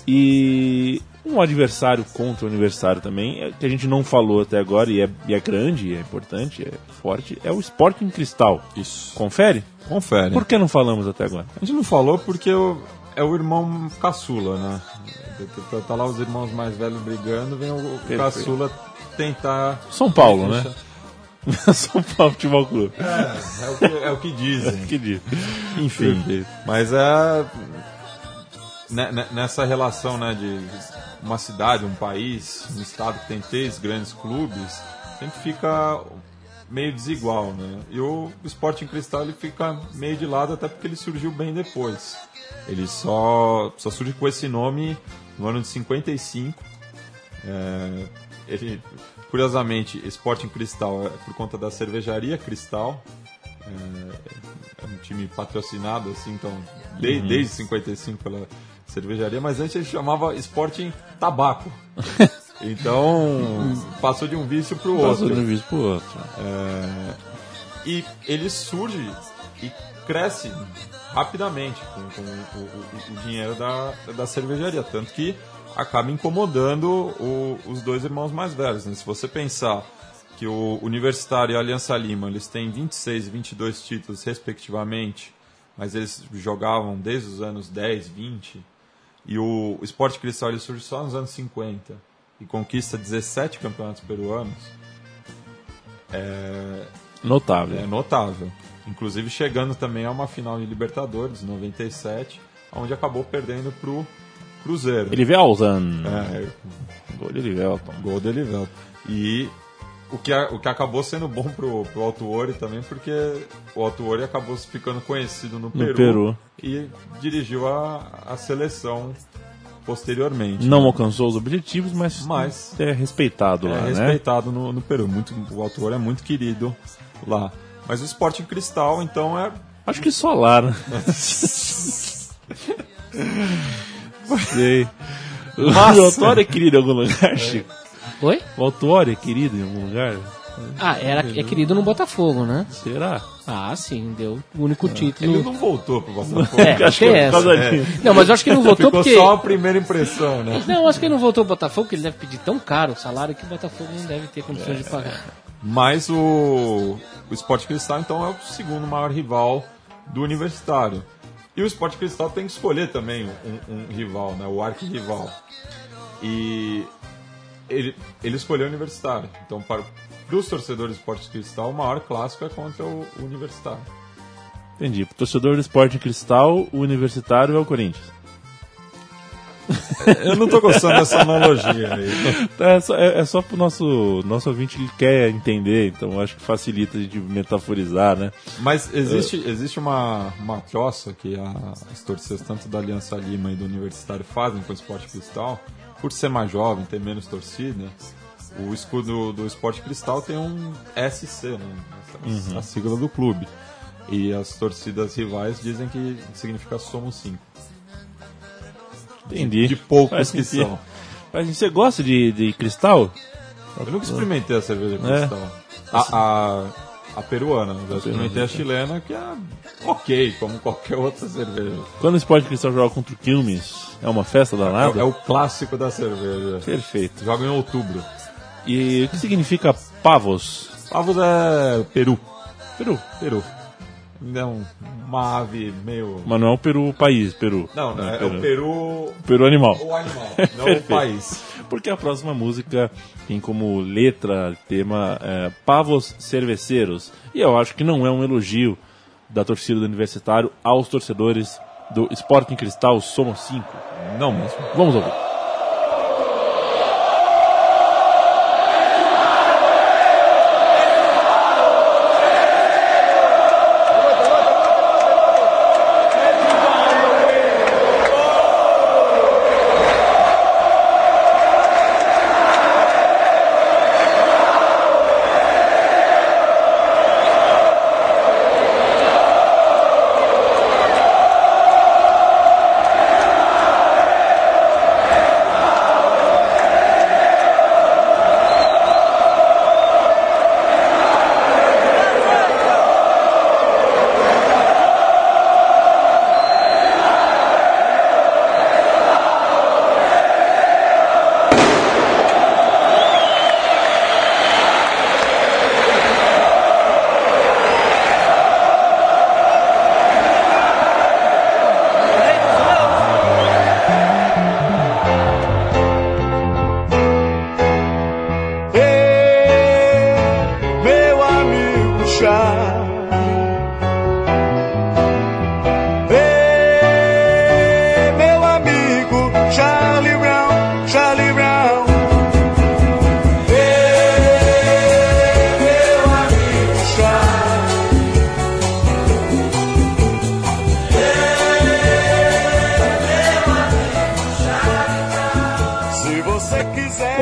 E um adversário contra o aniversário também, que a gente não falou até agora, e é, e é grande, é importante, é forte, é o Sporting Cristal. Isso. Confere? Confere. Por que não falamos até agora? A gente não falou porque o, é o irmão caçula, né? Tá, tá lá os irmãos mais velhos brigando, vem o, o caçula tentar... São Paulo, né? São Paulo Futebol Clube. É, é, o que, é o que dizem. É o que dizem. Enfim, mas é... ne- ne- nessa relação, né, de uma cidade, um país, um estado que tem três grandes clubes, sempre fica meio desigual, né? E o Sporting Cristal ele fica meio de lado, até porque ele surgiu bem depois. Ele só, só surge com esse nome no ano de cinquenta e cinco. É, ele, curiosamente, Sporting Cristal é por conta da cervejaria Cristal. É, é um time patrocinado, assim, então, de, Uhum. desde cinquenta e cinco pela cervejaria, mas antes ele chamava Sporting Tabaco. Então, passou de um vício para o Passou outro. de um vício pro outro. É, e ele surge e cresce rapidamente com, com o, o- o dinheiro da, da cervejaria, tanto que acaba incomodando o- os dois irmãos mais velhos, né? Se você pensar que o Universitário e a Aliança Lima eles têm vinte e seis e vinte e dois títulos respectivamente, mas eles jogavam desde os anos dez, vinte, e o Sport Cristal ele surge só nos anos cinquenta e conquista dezessete campeonatos peruanos, é, Notável. é notável. Inclusive chegando também a uma final de Libertadores, em noventa e sete, onde acabou perdendo pro Cruzeiro. Elivelton. É, Gol de Elivelton. gol do Elivelton. E o que, a- o que acabou sendo bom pro, pro Autuori também, porque o Autuori acabou ficando conhecido no Peru, Peru. e dirigiu a, a seleção posteriormente. Não alcançou os objetivos, mas, Mas- é respeitado É lá, né? respeitado no, no Peru. Muito, o Autuori é muito querido lá. Mas o Sporting Cristal, então, é Acho que só lá, né? Sei. O Autuori é querido em algum lugar, Chico? Oi? O Autuori é querido em algum lugar? Ah, era, é querido no Botafogo, né? Será? Ah, sim, deu o único título. ele não voltou pro Botafogo. É, acho que é por causa essa. disso. Não, mas eu acho que ele não voltou Ficou porque... só a primeira impressão, né? Não, acho que ele não voltou pro Botafogo, porque ele deve pedir tão caro o salário que o Botafogo não deve ter condições de pagar. Mas o, o Sport Cristal, então, é o segundo maior rival do Universitário. E o Sport Cristal tem que escolher também um, um rival, né? O arquirrival. E ele, ele escolheu o Universitário. Então, para, para os torcedores do Sport Cristal, o maior clássico é contra o, o Universitário. Entendi. Pro torcedor do Sporting Cristal, o Universitário é o Corinthians. Eu não tô gostando dessa analogia aí. É só, é, é só pro nosso, nosso ouvinte que quer entender, então acho que facilita a gente metaforizar, né? Mas existe, existe uma, uma troça que a, as torcidas tanto da Aliança Lima e do Universitário fazem com o Sport Cristal, por ser mais jovem, ter menos torcida. O escudo do Sport Cristal tem um S C, né? A, a sigla do clube. E as torcidas rivais dizem que significa Somos Cinco. Entendi. De poucos Faz que sentido. são. Mas você gosta de, de cristal? Eu nunca experimentei a cerveja É. Cristal. A, a, a peruana, eu já experimentei a chilena, que é ok, como qualquer outra cerveja. Quando o Sporting Cristal joga contra o Quilmes, é uma festa danada? É, é o clássico da cerveja. Perfeito. Joga em outubro. E o que significa pavos? Pavos é Peru. Peru. Peru. É um, uma ave meio... Mas não é o Peru o país, Peru. Não, é, é o Peru... Peru animal. O animal, não o Perfeito. país. Porque a próxima música tem como letra, tema, é, Pavos Cerveceiros. E eu acho que não é um elogio da torcida do Universitário aos torcedores do Sporting Cristal Somos Cinco. Não mesmo. Vamos ouvir.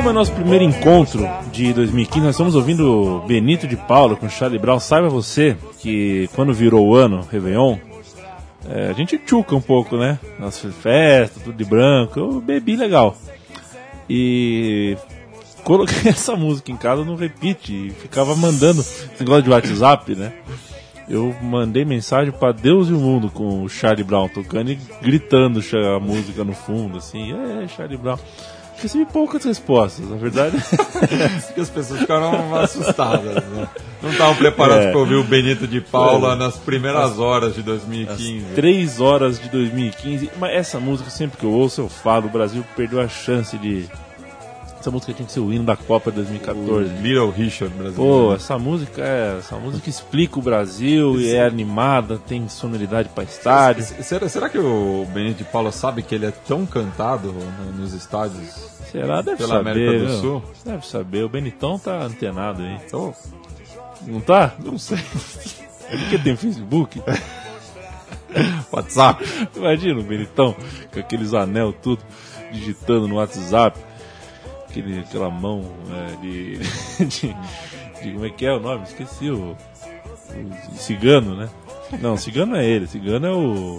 como é nosso primeiro encontro de dois mil e quinze, nós estamos ouvindo Benito de Paula com Charlie Brown. Saiba você que quando virou o ano, Réveillon, é, a gente tchuca um pouco, né? Nossa festa, tudo de branco, eu bebi legal. E coloquei essa música em casa no repeat e ficava mandando esse negócio de WhatsApp, né? Eu mandei mensagem pra Deus e o mundo com o Charlie Brown tocando e gritando a música no fundo, assim, é, Charlie Brown. Recebi poucas respostas, na verdade. Porque as pessoas ficaram assustadas, né? Não estavam preparados é. para ouvir o Benito de Paula é. nas primeiras as, horas de dois mil e quinze. As três horas de dois mil e quinze. Mas essa música, sempre que eu ouço, eu falo, o Brasil perdeu a chance de... Essa música tinha que ser o hino da Copa de dois mil e catorze. O Little Richard brasileiro. Pô, essa música é, essa música explica o Brasil e é animada, tem sonoridade para estádio. Será, será que o Benito de Paula sabe que ele é tão cantado nos estádios? Será? Deve pela saber. América do viu? Sul? Deve saber. O Benitão tá antenado aí. Então, não tá? Não sei. Porque tem Facebook? WhatsApp. Imagina o Benitão com aqueles anel tudo digitando no WhatsApp. Aquele, aquela mão é, de, de, de... Como é que é o nome? Esqueci o... o cigano, né? Não, cigano é ele. Cigano é o...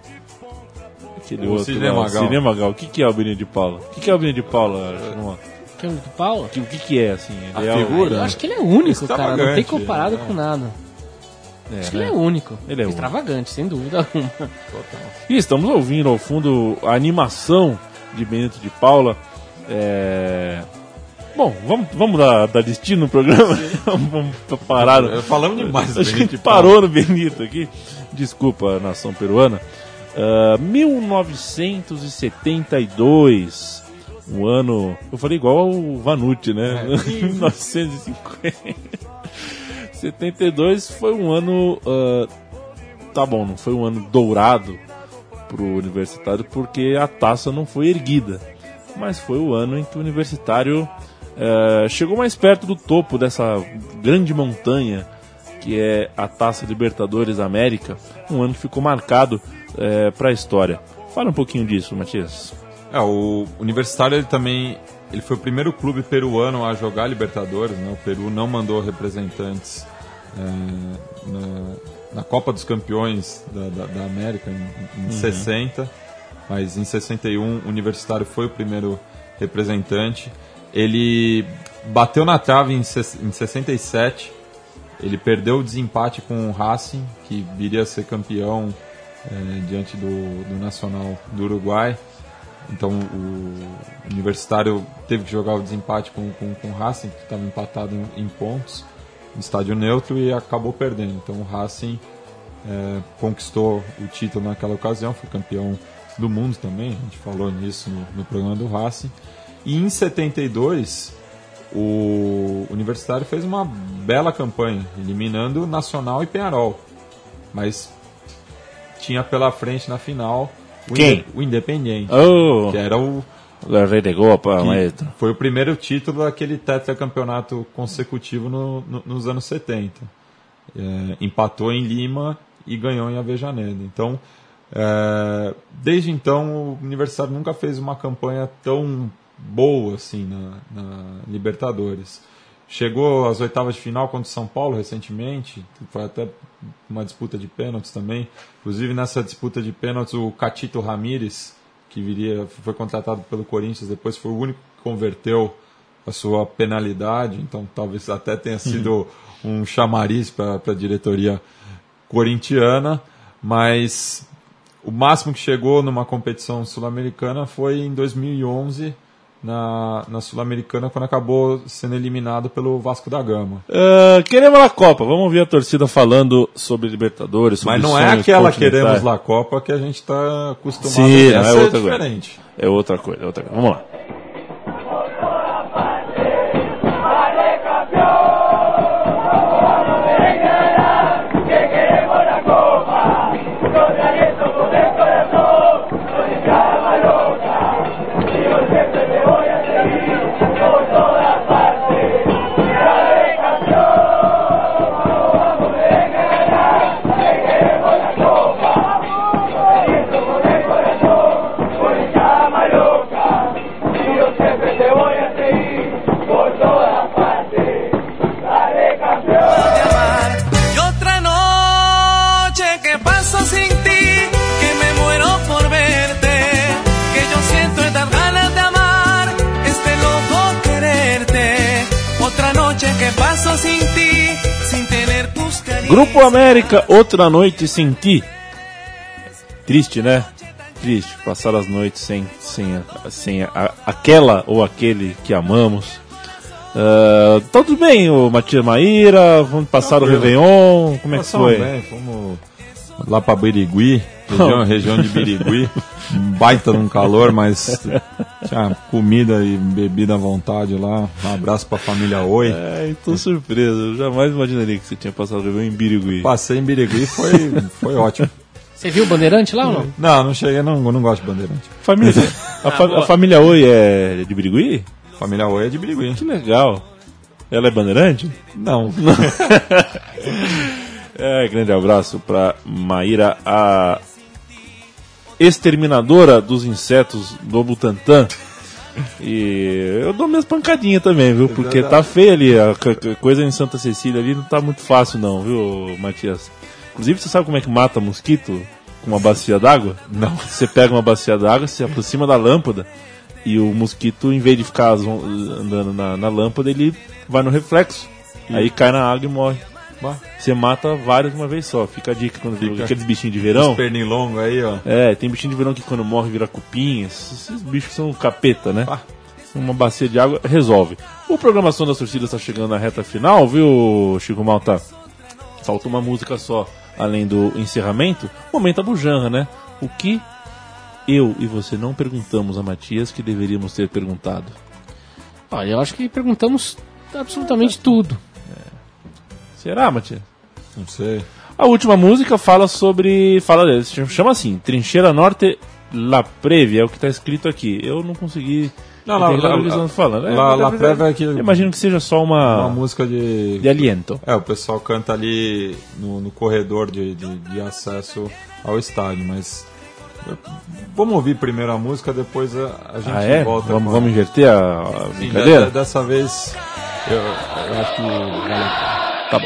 Aquele o outro Cinemagal. Cinemagal. O que, que é o Benito de Paula? O que, que é o Benito de Paula? Que é o Benito de Paula? O que, o que, que é, assim? Ele A é figura? Eu acho que ele é único, cara. Não tem comparado é. com nada. É, acho que né? ele é único. Ele é extravagante, sem dúvida alguma. Total. E estamos ouvindo, ao fundo, a animação de Benito de Paula. É... Bom, vamos, vamos dar, dar destino no programa? Vamos parar. No... Falamos demais do A Benito gente de Paula. parou no Benito aqui. Desculpa, nação peruana. Uh, mil novecentos e setenta e dois. Um ano. Eu falei igual o Vanucci, né? É. mil novecentos e cinquenta. setenta e dois foi um ano. Uh, tá bom, não foi um ano dourado pro Universitário porque a taça não foi erguida. Mas foi o ano em que o Universitário uh, chegou mais perto do topo dessa grande montanha que é a Taça Libertadores América. Um ano que ficou marcado uh, para a história. Fala um pouquinho disso, Matias. É, o Universitário ele também ele foi o primeiro clube peruano a jogar Libertadores, né? O Peru não mandou representantes é, na, na Copa dos Campeões da, da, da América em, em uhum. sessenta, mas em sessenta e um o Universitário foi o primeiro representante. Ele bateu na trave em, em sessenta e sete, ele perdeu o desempate com o Racing, que viria a ser campeão é, diante do, do Nacional do Uruguai. Então o Universitário teve que jogar o desempate com, com, com o Racing, que estava empatado em, em pontos, no estádio neutro, e acabou perdendo. Então o Racing é, conquistou o título naquela ocasião, foi campeão do mundo também, a gente falou nisso no, no programa do Racing. E em setenta e dois o Universitário fez uma bela campanha, eliminando Nacional e Peñarol, mas tinha pela frente na final o, Quem? Inde- o Independiente, oh. que era o La Rey de Copa, maestro. foi o primeiro título daquele tetracampeonato consecutivo no, no, nos anos setenta. É, empatou em Lima e ganhou em Avejaneda. Então, é, desde então, o Universitário nunca fez uma campanha tão boa assim na, na Libertadores. Chegou às oitavas de final contra o São Paulo recentemente, foi até uma disputa de pênaltis também. Inclusive nessa disputa de pênaltis o Catito Ramírez, que viria, foi contratado pelo Corinthians, depois foi o único que converteu a sua penalidade, então talvez até tenha sido uhum. um chamariz para a diretoria corintiana, mas o máximo que chegou numa competição sul-americana foi em dois mil e onze, na, na Sul-Americana, quando acabou sendo eliminado pelo Vasco da Gama. Uh, queremos a Copa, vamos ouvir a torcida falando sobre Libertadores, sobre Mas não é aquela queremos a Copa que a gente está acostumado. Sim, a não, é outra diferente. Coisa. É outra coisa, é outra coisa. Vamos lá. que paso sin ti, sin tener tus caricias. Grupo América, Outra Noite Sem Ti. Triste, né? Triste, passar as noites sem, sem, a, sem a, aquela ou aquele que amamos. Uh, tudo bem, o Matias Maíra, vamos passar o Réveillon, como é que foi? Bem, fomos lá pra Birigui, região, região de Birigui, um baita num calor, mas tinha comida e bebida à vontade lá. Um abraço pra família Oi. É, tô surpreso, eu jamais imaginaria que você tinha passado o Réveillon em Birigui. Passei em Birigui, foi, foi ótimo. Você viu o Bandeirante lá ou não? Não, não cheguei, não, não gosto de Bandeirante. Família, a, fa- a família Oi é de Birigui? Família Oi é de Birigui. Que legal. Ela é bandeirante? Não. É, grande abraço pra Maíra, a exterminadora dos insetos do Butantã. E eu dou minhas pancadinhas também, viu? Porque tá feio ali, a c- coisa em Santa Cecília ali não tá muito fácil não, viu, Matias? Inclusive, você sabe como é que mata mosquito com uma bacia d'água? Não. Você pega uma bacia d'água, se aproxima da lâmpada e o mosquito, em vez de ficar zon- andando na, na lâmpada, ele vai no reflexo. E aí cai na água e morre. Bah. Você mata vários de uma vez só. Fica a dica quando Fica. aqueles bichinhos de verão. Os pernilongos aí, ó. É, tem bichinho de verão que quando morre vira cupim. Esses, esses bichos são capeta, né? Ah. Uma bacia de água resolve. O Programação das Torcidas está chegando na reta final, viu, Chico Malta? Falta uma música só, além do encerramento. Momento Abujanra, né? O que eu e você não perguntamos a Matias que deveríamos ter perguntado? Olha, eu acho que perguntamos absolutamente tudo. Será, Matias? Não sei. A última música fala sobre... Fala, chama assim, Trincheira Norte La Previa, é o que está escrito aqui. Eu não consegui... Não, lá, entender lá, o que eles estão falando. É, lá, mas La deve- Prévia é que- eu imagino que seja só uma, Uma música de... de aliento. É, o pessoal canta ali no, no corredor de, de, de acesso ao estádio, mas... Vamos ouvir primeiro a música, depois a, a gente Ah, é? volta. Vamos, com a- vamos inverter a, a Sim, brincadeira? de- dessa vez, eu, eu acho que vale a pena. Tá bom.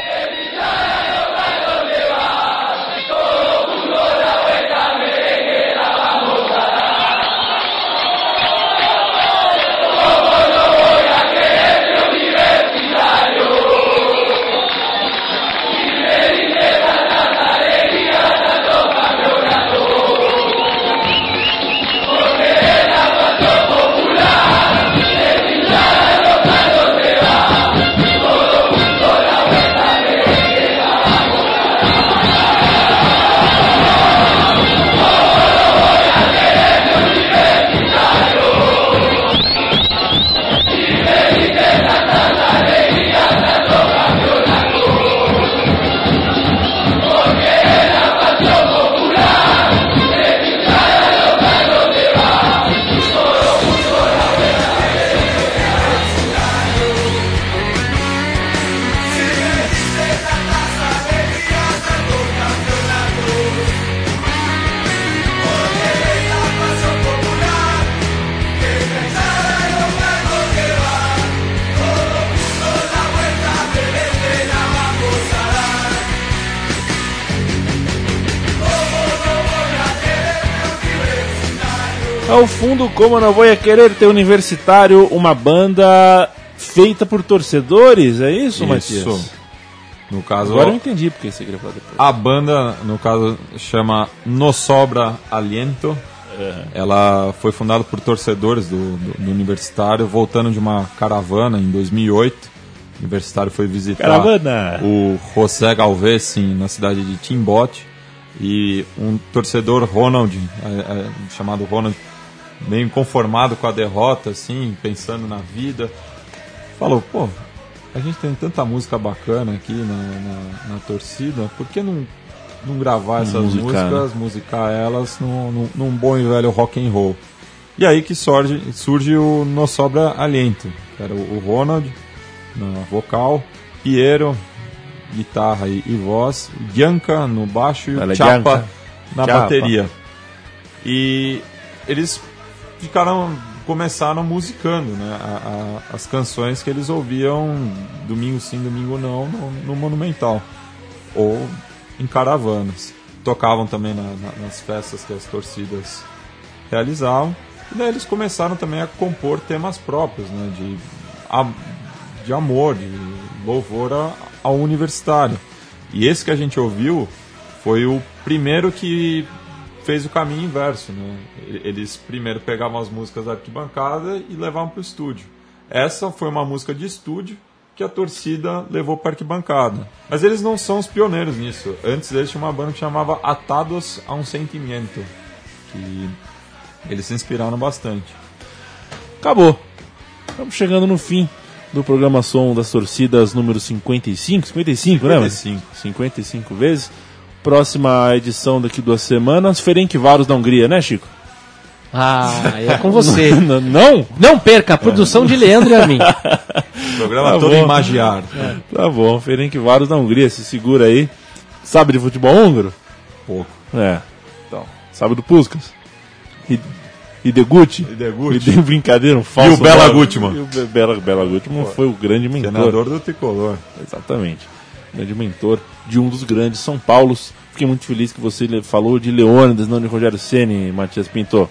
Ao fundo, como não vou querer ter universitário, uma banda feita por torcedores, é isso, Matias? Isso. No caso, Agora eu entendi porque você queria falar depois. a banda, no caso, chama No Sobra Aliento. Ela foi fundada por torcedores do, do, do Universitário, voltando de uma caravana em dois mil e oito. O Universitário foi visitar Caravana! o José Galvez na cidade de Timbote. E um torcedor, Ronald, é, é, chamado Ronald, meio inconformado com a derrota, assim, pensando na vida, falou, pô, a gente tem tanta música bacana aqui na, na, na torcida, por que não, não gravar essas musicar, músicas, musicar elas num, num, num bom e velho rock and roll? E aí que surge, surge o No Sobra Aliento, que era o, o Ronald na vocal, Piero, guitarra e, e voz, Bianca no baixo e o Ela é Chapa Bianca. na Chapa. bateria. E eles ficaram, começaram musicando, né, a, a, as canções que eles ouviam domingo sim, domingo não, no, no Monumental ou em caravanas. Tocavam também na, na, nas festas que as torcidas realizavam. E daí eles começaram também a compor temas próprios, né, de, a, de amor, de louvor a, ao Universitário. E esse que a gente ouviu foi o primeiro que fez o caminho inverso, né? Eles primeiro pegavam as músicas da arquibancada e levavam para o estúdio. Essa foi uma música de estúdio que a torcida levou para a arquibancada. Mas eles não são os pioneiros nisso. Antes deles tinha uma banda que chamava Atados a um Sentimento, que eles se inspiraram bastante. Acabou. Estamos chegando no fim do programa Som das Torcidas número cinquenta e cinco. cinquenta e cinco, né? cinquenta e cinco. cinquenta e cinco vezes. Próxima edição daqui duas semanas. Ferencváros da Hungria, né, Chico? Ah, é com você. Não? Não perca a produção de Leandro e a mim. O programa Tá todo bom. em magiar. É. Tá bom, Ferencváros da Hungria, se segura aí. Sabe de futebol húngaro? Pouco. É. Então, sabe do Puskas? E, e de Gucci? E de Gucci. E de brincadeira, um falso. E o Bela nome. Gutmann. E o Be- Bela, Bela Gutmann foi o grande mentor. Senador do Tricolor. Exatamente. Grande mentor de um dos grandes São Paulos. Fiquei muito feliz que você le- falou de Leônidas, não de Rogério Ceni, Matias Pinto.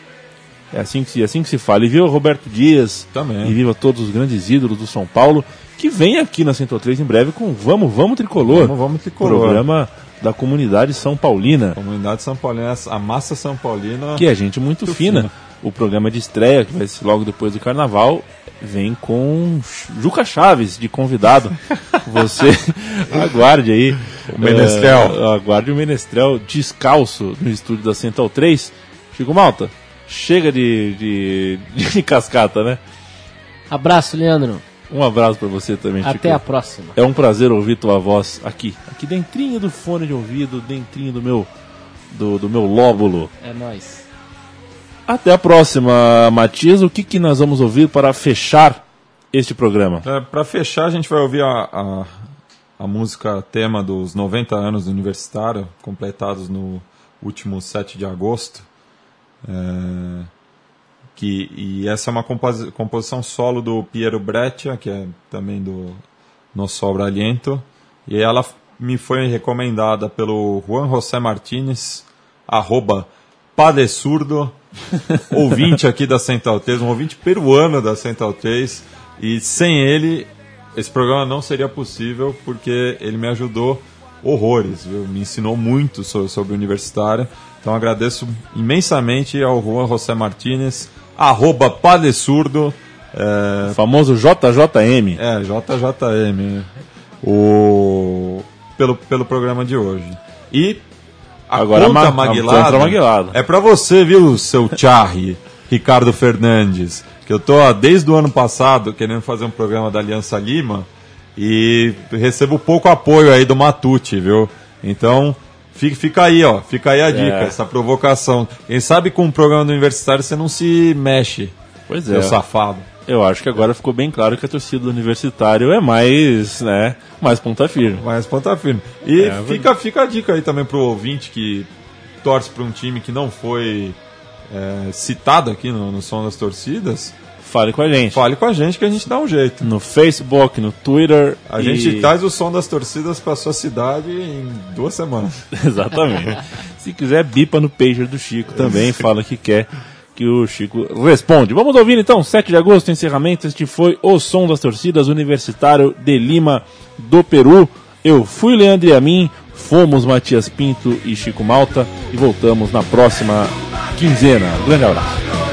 É assim que se, é assim que se fala. E viva Roberto Dias. Também. E viva todos os grandes ídolos do São Paulo, que vem aqui na Central três em breve com Vamos, Vamos Tricolor. Vamos, Vamos Tricolor. Programa da comunidade São Paulina. Comunidade São Paulina, a massa São Paulina. Que é gente muito, Muito fina. fina. O programa de estreia, que vai ser logo depois do Carnaval, vem com Juca Chaves de convidado. Você aguarde aí. O Menestrel. eh, aguarde o Menestrel descalço no estúdio da Central três. Chico Malta, chega de, de, de cascata, né? Abraço, Leandro. Um abraço pra você também, Chico. Até a próxima. É um prazer ouvir tua voz aqui. Aqui dentrinho do fone de ouvido, dentrinho do meu, do, do meu lóbulo. É nóis. Até a próxima, Matias. O que, que nós vamos ouvir para fechar este programa? É, para fechar, a gente vai ouvir a, a, a música tema dos noventa anos do Universitário, completados no último sete de agosto. É, que, e essa é uma composi- composição solo do Piero Breccia, que é também do No Sobra Aliento. E ela f- me foi recomendada pelo Juan José Martínez, arroba Padesurdo, ouvinte aqui da Central três, um ouvinte peruano da Central três, e sem ele esse programa não seria possível, porque ele me ajudou horrores, viu? Me ensinou muito sobre, sobre o Universitário. Então agradeço imensamente ao Juan José Martínez, arroba Padesurdo, é, O famoso J J M. é, J J M, né? o, pelo, pelo programa de hoje. E a Agora contra a ma- a Maguilada contra Maguilada. é pra você, viu, seu Charri, Ricardo Fernandes, que eu tô ó, desde o ano passado querendo fazer um programa da Aliança Lima e recebo pouco apoio aí do Matute, viu? Então, fica, fica aí, ó, fica aí a dica, É. essa provocação. Quem sabe com o programa do Universitário você não se mexe, Pois seu é. safado. Eu acho que agora ficou bem claro que a torcida do Universitário é mais, né, mais ponta firme. Mas ponta firme. E É, fica, fica a dica aí também pro ouvinte que torce para um time que não foi é, citado aqui no, no Som das Torcidas. Fale com a gente. Fale com a gente que a gente dá um jeito. No Facebook, no Twitter. A e- gente traz o Som das Torcidas para sua cidade em duas semanas. Exatamente. Se quiser, bipa no pager do Chico também, fala que quer que o Chico responde. Vamos ouvir então, sete de agosto, encerramento. Este foi o Som das Torcidas, Universitário de Lima, do Peru. Eu fui Leandro e a mim, fomos Matias Pinto e Chico Malta e voltamos na próxima quinzena. Um grande abraço.